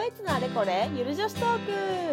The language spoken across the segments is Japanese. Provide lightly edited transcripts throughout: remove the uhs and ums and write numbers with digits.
イツのあれこれゆる女子トーク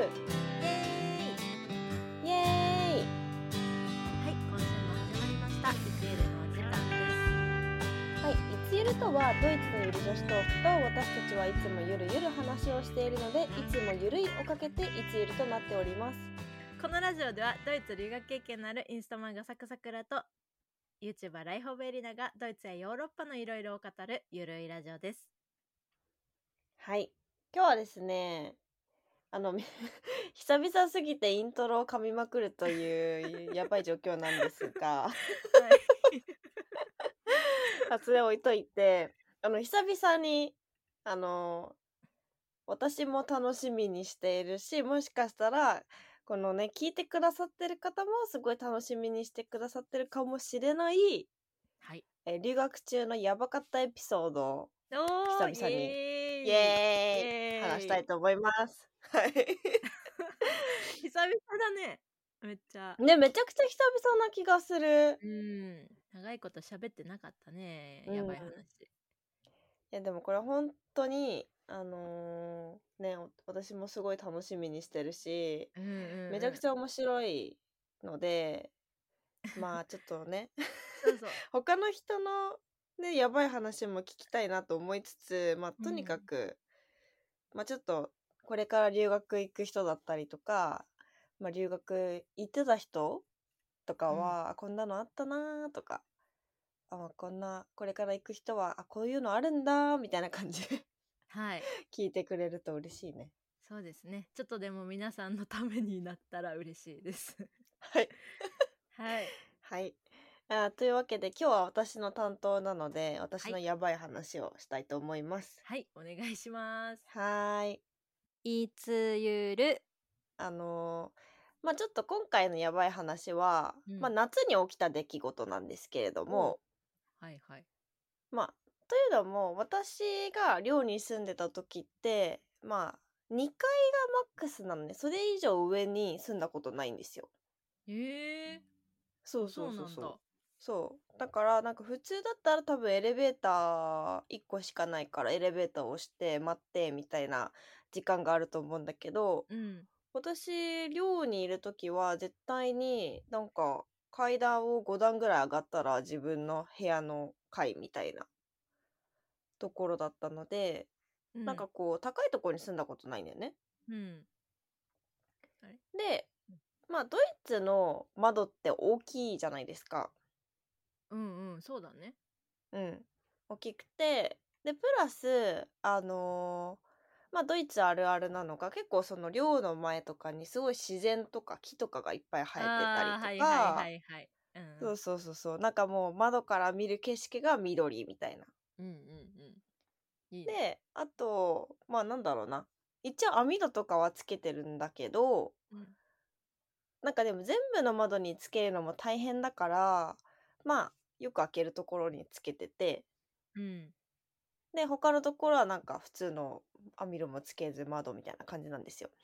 イエーイ。 はい、今週も始まりましたいつゆるのお時間です。 はい、いつゆるとはドイツのゆる女子トークと私たちはいつもゆるゆる話をしているのでいつもゆるいをかけていつゆるとなっております。 このラジオではドイツ留学経験のあるインスタ漫画サクサクラと YouTuber ライフオブエリナがドイツやヨーロッパのいろいろを語るゆるいラジオです。 はい、今日はですね久々すぎてイントロを噛みまくるというやばい状況なんですがはいそれ置いといて久々に私も楽しみにしているし、もしかしたらこのね聞いてくださってる方もすごい楽しみにしてくださってるかもしれないはい、 留学中のやばかったエピソードを久おーイ 々にイエーイエーイ話したいと思います。はい久々だね。めっちゃね、めちゃくちゃ久々な気がする。 長いこと喋ってなかったね。 うん、 やばい話。 いやでもこれ本当にね私もすごい楽しみにしてるし、めちゃくちゃ面白いのでまあちょっとねそうそう他の人のねやばい話も聞きたいなと思いつつ、まあとにかく、まあちょっとこれから留学行く人だったりとか、まあ留学行ってた人とかは、こんなのあったなとか、これから行く人はこういうのあるんだみたいな感じではい聞いてくれると嬉しいね。 そうですね。ちょっとでも皆さんのためになったら嬉しいですはいはいはい。というわけで今日は私の担当なので私はいのやばい話をしたいと思います。 はいお願いします。 はーい。 いつゆるまあちょっと今回のやばい話は、まあ夏に起きた出来事なんですけれども、 はいはいまあというのも私が寮に住んでた時ってまあ2階がマックスなのでそれ以上上に住んだことないんですよ。そうそうそうそう。そうだからなんか普通だったら多分エレベーター1個しかないからエレベーターを押して待ってみたいな時間があると思うんだけど、私寮にいる時は絶対になんか階段を5段ぐらい上がったら自分の部屋の階みたいなところだったので、なんかこう高いところに住んだことないんだよね。でまあドイツの窓って大きいじゃないですか。 そうだね。 大きくてでプラスまあドイツあるあるなのが結構その寮の前とかにすごい自然とか木とかがいっぱい生えてたりとはいはいはか、 いはいそうそうそうそう、なんかもう窓から見る景色が緑みたいな。 いいね。 であとまあなんだろうな、一応網戸とかはつけてるんだけど、なんかでも全部の窓につけるのも大変だからまあよく開けるところにつけてて、で他のところはなんか普通の網戸もつけず窓みたいな感じなんですよ。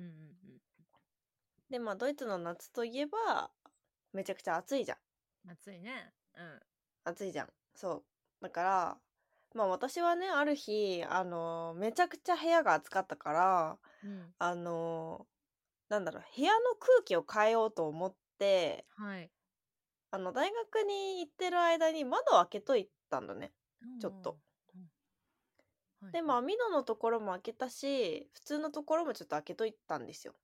でまあドイツの夏といえばめちゃくちゃ暑いじゃん。 暑いね。 暑いじゃん。そうだからまあ私はねある日めちゃくちゃ部屋が暑かったからなんだろう、部屋の空気を変えようと思ってはい大学に行ってる間に窓を開けといたんだね、ちょっと。でまあ網戸のところも開けたし普通のところもちょっと開けといたんですよ。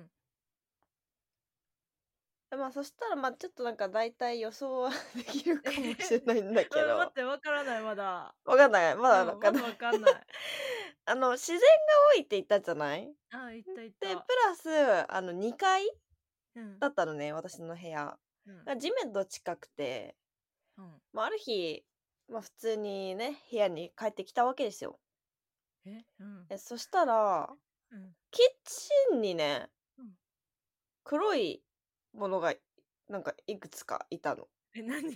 でまあそしたらまあちょっとなんか大体予想はできるかもしれないんだけど待ってわからないまだ。 わかんないまだわかんない、 まだわかんない。 自然が多いって言ったじゃない。 いったいっでプた。 ラス2階だったのね私の部屋が地面と近くて、まあ、ある日、まあ、普通にね部屋に帰ってきたわけですよ。そしたら、キッチンにね、黒いものがなんかいくつかいたの。 何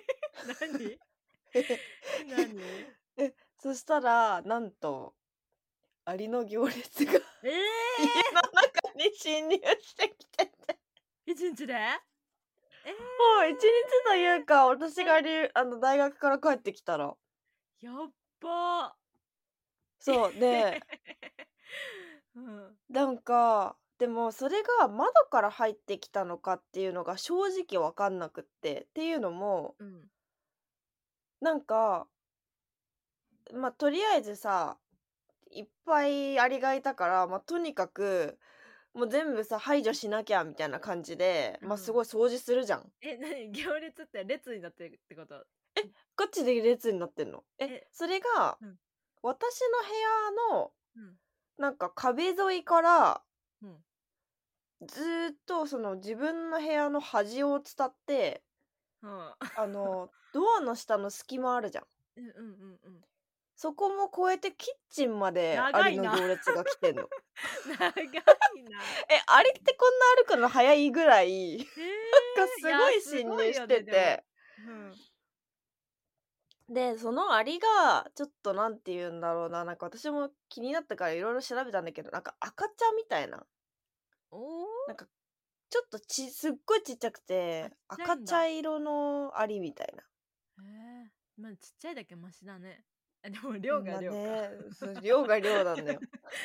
そしたらなんとアリの行列が家の中に侵入してきてて一日でもう一日というか私が大学から帰ってきたらやっばそうでうん。 なんか、でもそれが窓から入ってきたのかっていうのが正直わかんなくって。っていうのも、 うん。 なんか、とりあえずさ、いっぱいアリがいたから、とにかく、もう全部さ、排除しなきゃみたいな感じで、すうん。 ごい掃除するじゃん。 何行列って列になってるってこと？ ガチで列になってんの。 え、 それが、 うん。 私の部屋の、 うん。 なんか壁沿いから、 うん。 ずーっとその自分の部屋の端を伝って、 うん。 ドアの下の隙間あるじゃん。 うんうんうんうん。 そこも越えてキッチンまでアリの長いな。 行列が来てんの。 長いな。 アリってこんな歩くの早いぐらい、なんかいや、 すごいす侵入しごいよね、でも。 てて。 うん。 で、そのアリが、ちょっとなんて言うんだろうな、なんか私も気になったからいろいろ調べたんだけど、なんか赤ちゃんみたいな、 おお。 なんかちょっとすっごいちっちゃくあ、 て、 ちっちゃい赤んだ。 茶色のアリみたいな。 へえ。まあ、ちっちゃいだけマシだね。あ、でも量が量か。 量が量なんだよ。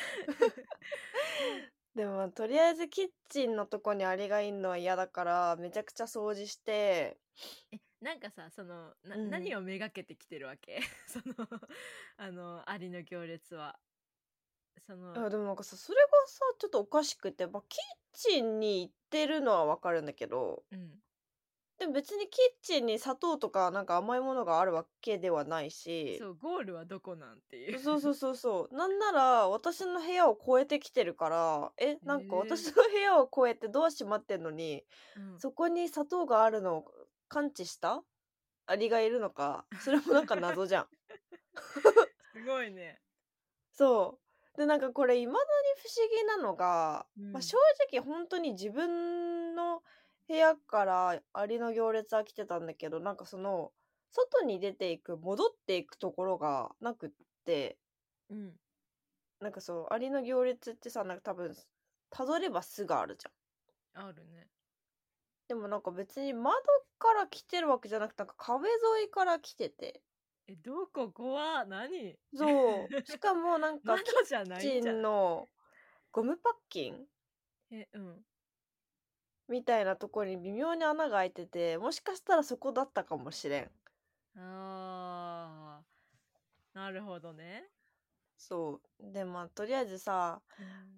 でもとりあえずキッチンのとこにアリがいんのは嫌だから、めちゃくちゃ掃除して、 なんかさ、 うん。 何をめがけてきてるわけ？その、アリの行列は。その、 でもなんかさ、それがさ、ちょっとおかしくて、キッチンに行ってるのはわかるんだけど、 うん。 でも別にキッチンに砂糖とかなんか甘いものがあるわけではないし、 そう、ゴールはどこなんていう。 そうそうそうそう。なんなら私の部屋を越えてきてるから、 へなんかえ。 私の部屋を越えてドア閉まってんのに、 うん。 そこに砂糖があるのを感知したアリがいるのか、それもなんか謎じゃん。 すごいね。 そう。で、なんかこれ未だに不思議なのが、 うん。 正直本当に自分の部屋からアリの行列は来てたんだけど、なんかその、外に出ていく、戻っていくところがなくって、 うん。 なんかそう、アリの行列ってさ、なんか多分、たどればすぐあるじゃん。 あるね。 でもなんか別に窓から来てるわけじゃなくて、なんか壁沿いから来てて。 どこ怖何？ そう。しかもなんか窓キッじゃないんチじゃない？ ンのゴムパッキンうん。 みたいなところに微妙に穴が開いてて、もしかしたらそこだったかもしれん。 ああ、なるほどね。 そう。で、とりあえずさ、 うん。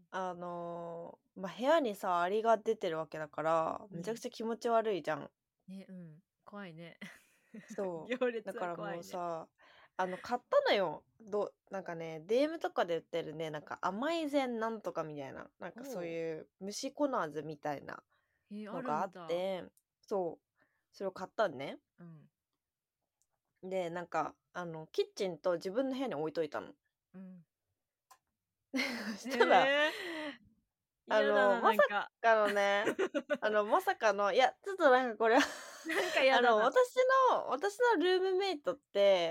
部屋にさ、アリが出てるわけだから、 うん。 めちゃくちゃ気持ち悪いじゃん。 ね、うん。怖いね。 そう。 行列はだからも怖いね。 うさ、買ったのよ。なんかね、DM とかで売ってるね、なんか甘い膳なんとかみたいな、なんかそうおう。 いう虫コナーズみたいなあのがあっるんだ。 て、そう。それを買ったんね。 うん。 で、なんか、キッチンと自分の部屋に置いといたの。 うん。 そしたら、 え嫌だな、 まさなんか。 かのね、まさかの、いや、ちょっとなんかこれはなんか嫌だな。 私のルームメイトって、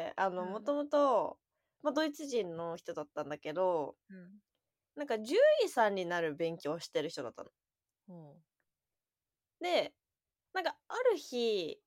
うん。 もともと、ドイツ人の人だったんだけど、 うん。 なんか獣医さんになる勉強をしてる人だったの。 ほで、なんかある日、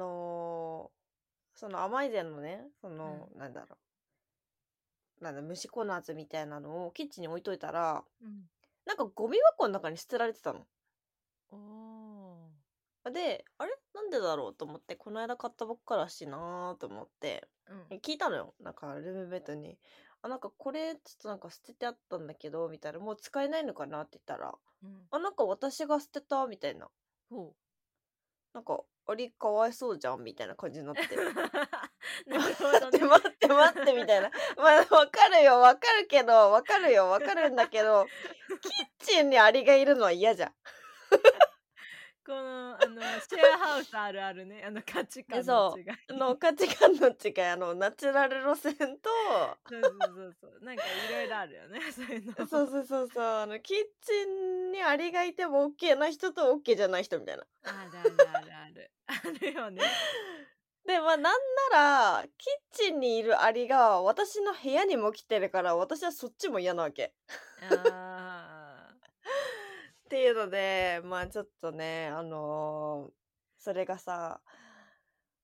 その甘い膳のね、 う。うん。 なんだろ虫コナーズみたいなのをキッチンに置いといたら、 うん。 なんかゴミ箱の中に捨てられてたの。 おー。 で、あれなんでだろうと思って、この間買ったばっかだしなーと思って、 うん。 聞いたのよ。なんか、ルームメイトに。なんかこれ、ちょっとなんか捨ててあったんだけど、みたいな。もう使えないのかなって言ったら、 うん。 なんか私が捨てた、みたいな。 ほう。 なんか、あれかわいそうじゃん、みたいな感じになって。 なるほ待って、 どね。 待って、待って、みたいな。わかるよ、わかるけど、わかるよ、わかるんだけど、キッチンにアリがいるのは嫌じゃん。 この、シェアハウスあるあるね。価値観の違そい。 う。価値観の違い、ナチュラル路線と、 そうそうそうそう。なんかいろいろあるよね、そういうの。 そうそうそうそう、キッチンにアリがいても OK な人と OK じゃない人みたいな。 あるあるあるある。あるよね。 で、なんなら、キッチンにいるアリが私の部屋にも来てるから、私はそっちも嫌なわけ。 ああ。 っていうので、ちょっとね、それがさ、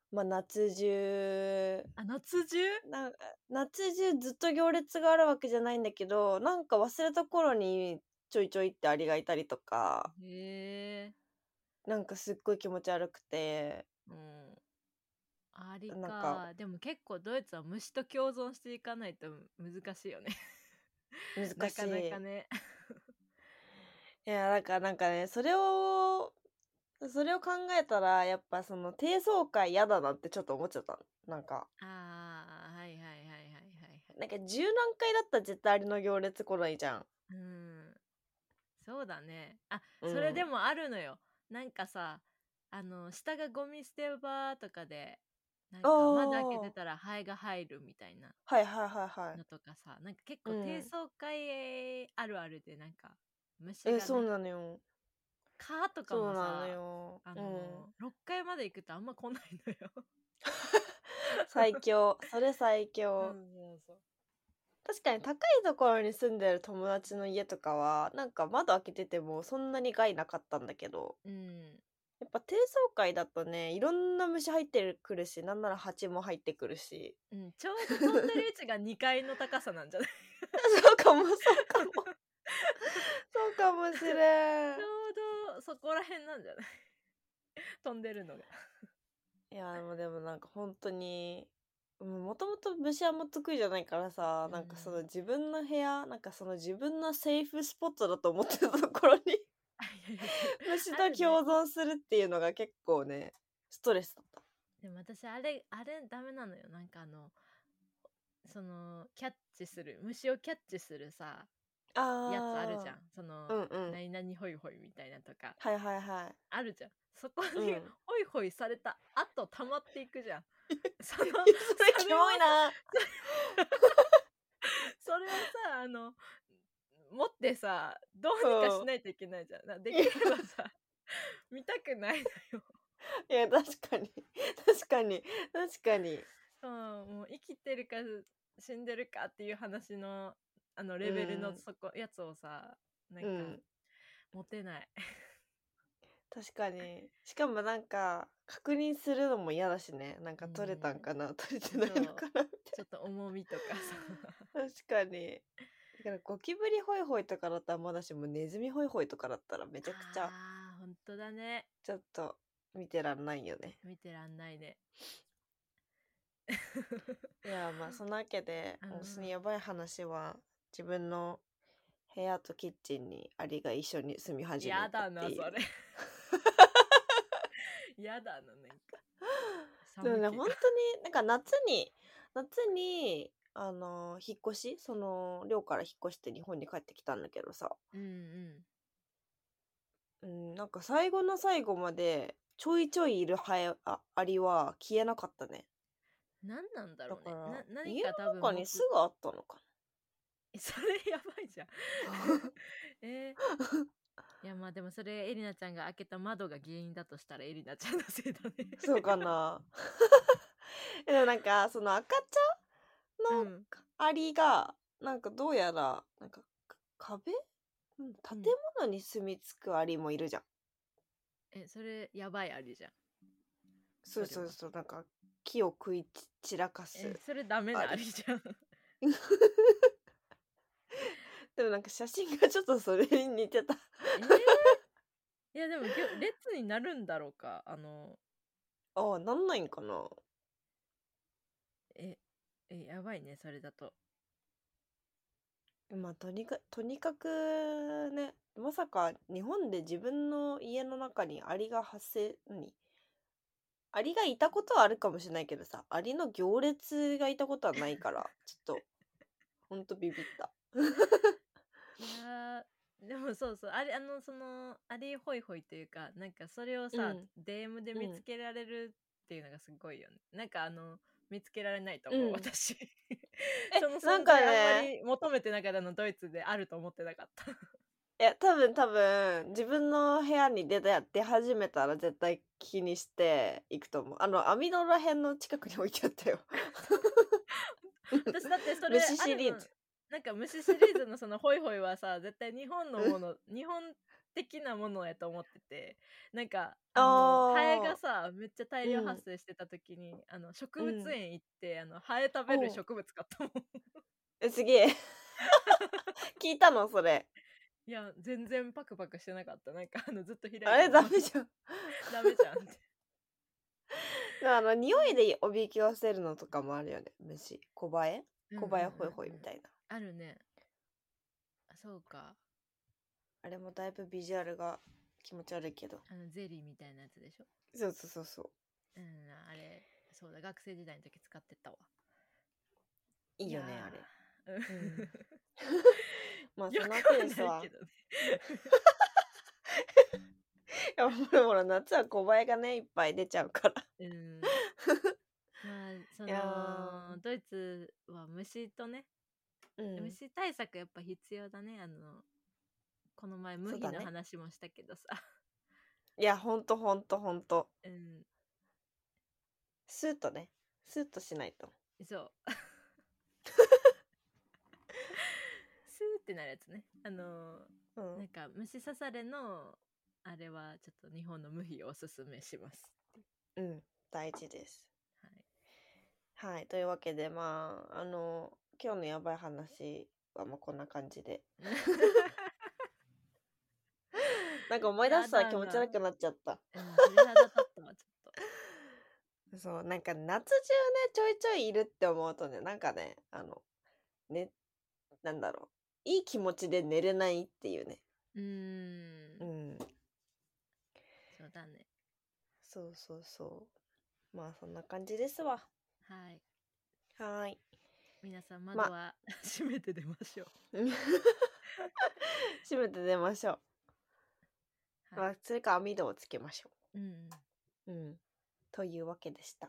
まあ夏中夏中夏中ずっと行列があるわけじゃないんだけど、なんか忘れた頃にちょいちょいってアリがいたりとか、 へえ。 なんかすっごい気持ち悪くて、 うん。アリなんかか。でも結構ドイツは虫と共存していかないと難しいよね。なかな難しい。 かね。 いや、なんかね、それを考えたら、やっぱその低層階嫌だなってちょっと思っちゃった。なんか、 ああ、はいはいはいはいはいはい。 なんか10何階だったら絶対アリの行列来ないじゃん。 うん。そうだね。 うん。 それでもあるのよ。なんかさ、下がゴミ捨て場とかで、なんあか窓開けてあ、 たらハエが入るみたいなはいはいはいはい。 のとかさ、なんか結構低うん。 層階あるあるでなんか虫がそうね、 なのよ。 蚊とかそうなのもさ、 よ。うん。 6階まで行くとあんま来ないのよ。 最強。それ最そう強。 そうそう。 確かに高いところに住んでる友達の家とかは、なんか窓開けててもそんなに害なかったんだけど、 うん。 やっぱ低層階だとね、いろんな虫入ってくるし、なんなら蜂も入ってくるし。 うん、ちょうど飛んでる位置が2階の高さなんじゃない？ そうかも、そうかも。そうかもしれん。 ちょうどそこら辺なんじゃない？飛んでるのが。 いや、でもなんか本当に、もともと虫あんま得意じゃないからさ、 うん。 なんかその自分の部屋、なんかその自分のセーフスポットだと思ってたところにいやいや、 虫とあるね。 共存するっていうのが結構ね、ストレスだった。 でも私あれダメなのよ。なんかキャッチする、虫をキャッチするさ、やつあるじゃあん。 あ、うんうん。 何々ホイホイみたいなとか、 はいはいはい。 あるじゃん。そこにうん。 ホイホイされた後溜まっていくじゃん。その、 それキそれをモいな。 それをさ、持ってさ、どうにかしうん。 ないといけないじゃん。でいや、 きればさ、見たくないのよ。 いや確かに。確かに。確かに。 そう、もう生きてるか死んでるかっていう話の、 うレベルのん。 やつをさ、なんか、 うん。 持てない。 確かに。しかもなんか、確認するのも嫌だしね。なんうか取れたんん。 かな取れてないのそう。 かなみたいちょっと重みとかさ。 な。確かに。だからゴキブリホイホイとかだったらまだしもネズミホイホイとかだったらめちゃくちゃあー、ほんとだね。 ちょっと見てらんないよね。 見てらんないね。 いやまあそのわけでうん。 もうそのやばい話は自分の部屋とキッチンにアリが一緒に住み始めやだな、 たっていう。 それ。やだな、なんか。 でもね、 寒気が。 本当に、なんか夏に、引っ越しその、寮から引っ越して日本に帰ってきたんだけどさ、 うんうん。 なんか最後の最後まで、ちょいちょいいるアリは消えなかったね。 何なんだろうね。 だから、 何家か多分の中に巣があったのかそれやばいじゃん。 な。 いやまあでもそれエリナちゃんが開けた窓が原因だとしたらエリナちゃんのせいだね。 そうかな。でもなんか、その赤ちゃんのうん。 アリが、なんかどうやら、なんか、壁建うん。 物に住み着くアリもいるじゃん。 それやばいありじゃん。それは。 そうそうそう、なんか木を食い散らかすそれダメアリ。 なありじゃん。 でもなんか写真がちょっとそれに似てた。 えー、いやでも列になるんだろうか。 ああ、なんないんかな。 やばいね、それだと。 まあとにかくね、まさか日本で自分の家の中にアリがアリがいたことはあるかもしれないけどさ、アリの行列がいたことはないから、ちょっと、ほんとビビった。 いやでもそうそう、アリホイホイというか、なんかそれをさ、 うん。 DM でうん。 見つけられるっていうのがすごいよね。なんか見つけられないと思う、 うん。 私。そのなん存在あんまかね、 り求めてなかったの、ドイツであると思ってなかった。 いや、多分、自分の部屋に出始めたら絶対気にしていくと思う。網戸ら辺の近くに置いてあったよ。 私だってそれあるの、 虫シリーズ。 なんか虫シリーズのそのホイホイはさ、絶対日本のもの、日本的なものやと思ってて、なんかハエがさめっちゃ大量発生してた時に、植物園行って、ハエ食べる植物買ったもん。 すげえ聞いたのそれ。 いや全然パクパクしてなかった。なんかずっと開いてあれダメじゃんダメじゃんって匂いでおびき寄せるのとかもあるよね、虫。小バエホイホイみたいな。 あるね。そうか。 あれもだいぶビジュアルが気持ち悪いけど。 ゼリーみたいなやつでしょ。 そう。 あれ、そうだ、学生時代の時使ってたわ。 いいよね、あれ。まあ、 そのペースは。ほら、夏は小バエがね、いっぱい出ちゃうから。 まあ、ドイツは虫とね、虫対策やっぱ必要だね。この前麦の話もしたけどさ。 いや、ほんと。スーッとね、スーッとしないと。 そう。スーってなるやつね。なんか虫刺されのあれはちょっと日本の無比をおすすめします。 大事です。はい、というわけでまあ今日のやばい話はまあこんな感じでなんか思い出すと気持ち悪くなっちゃった。 鳥肌立ったわちょっと。そうなんか夏中ねちょいちょいいるって思うとね、なんかねね、なんだろう、いい気持ちで寝れないっていうね。 そうだね。 そうまあそんな感じですわ。はい。 皆さん窓は、閉めて出ましょう。 閉めて出ましょう。まあそれか網戸をつけましょう。というわけでした。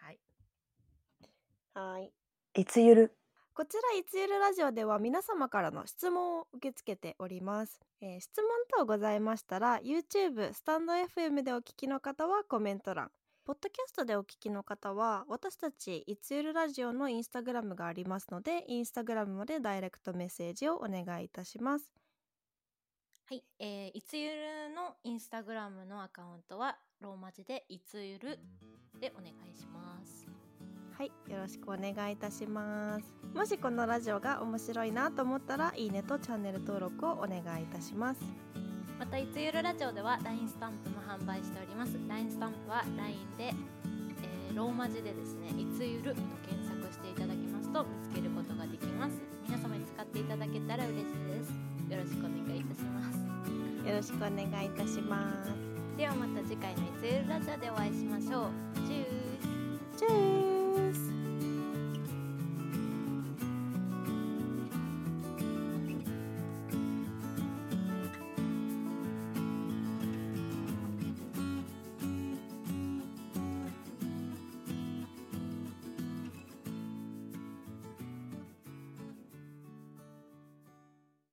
はい。いつゆる。こちらいつゆるラジオでは皆様からの質問を受け付けております。質問等ございましたら YouTube、スタンド FM でお聞きの方はコメント欄、ポッドキャストでお聞きの方は私たちいつゆるラジオのインスタグラムがありますので、インスタグラムまでダイレクトメッセージをお願いいたします。 はい、いつゆるのインスタグラムのアカウントはローマ字でいつゆるでお願いします。 はい、よろしくお願いいたします。もしこのラジオが面白いなと思ったらいいねとチャンネル登録をお願いいたします。 またいつゆるラジオでは LINE スタンプも販売しております。 LINE スタンプは LINE で、ローマ字でですねいつゆると検索していただきますと見つけることができます。皆様に使っていただけたら嬉しいです。よろしくお願いいたします。 よろしくお願いいたします。 ではまた次回のいつゆるラジオでお会いしましょう。チュース。 チュース。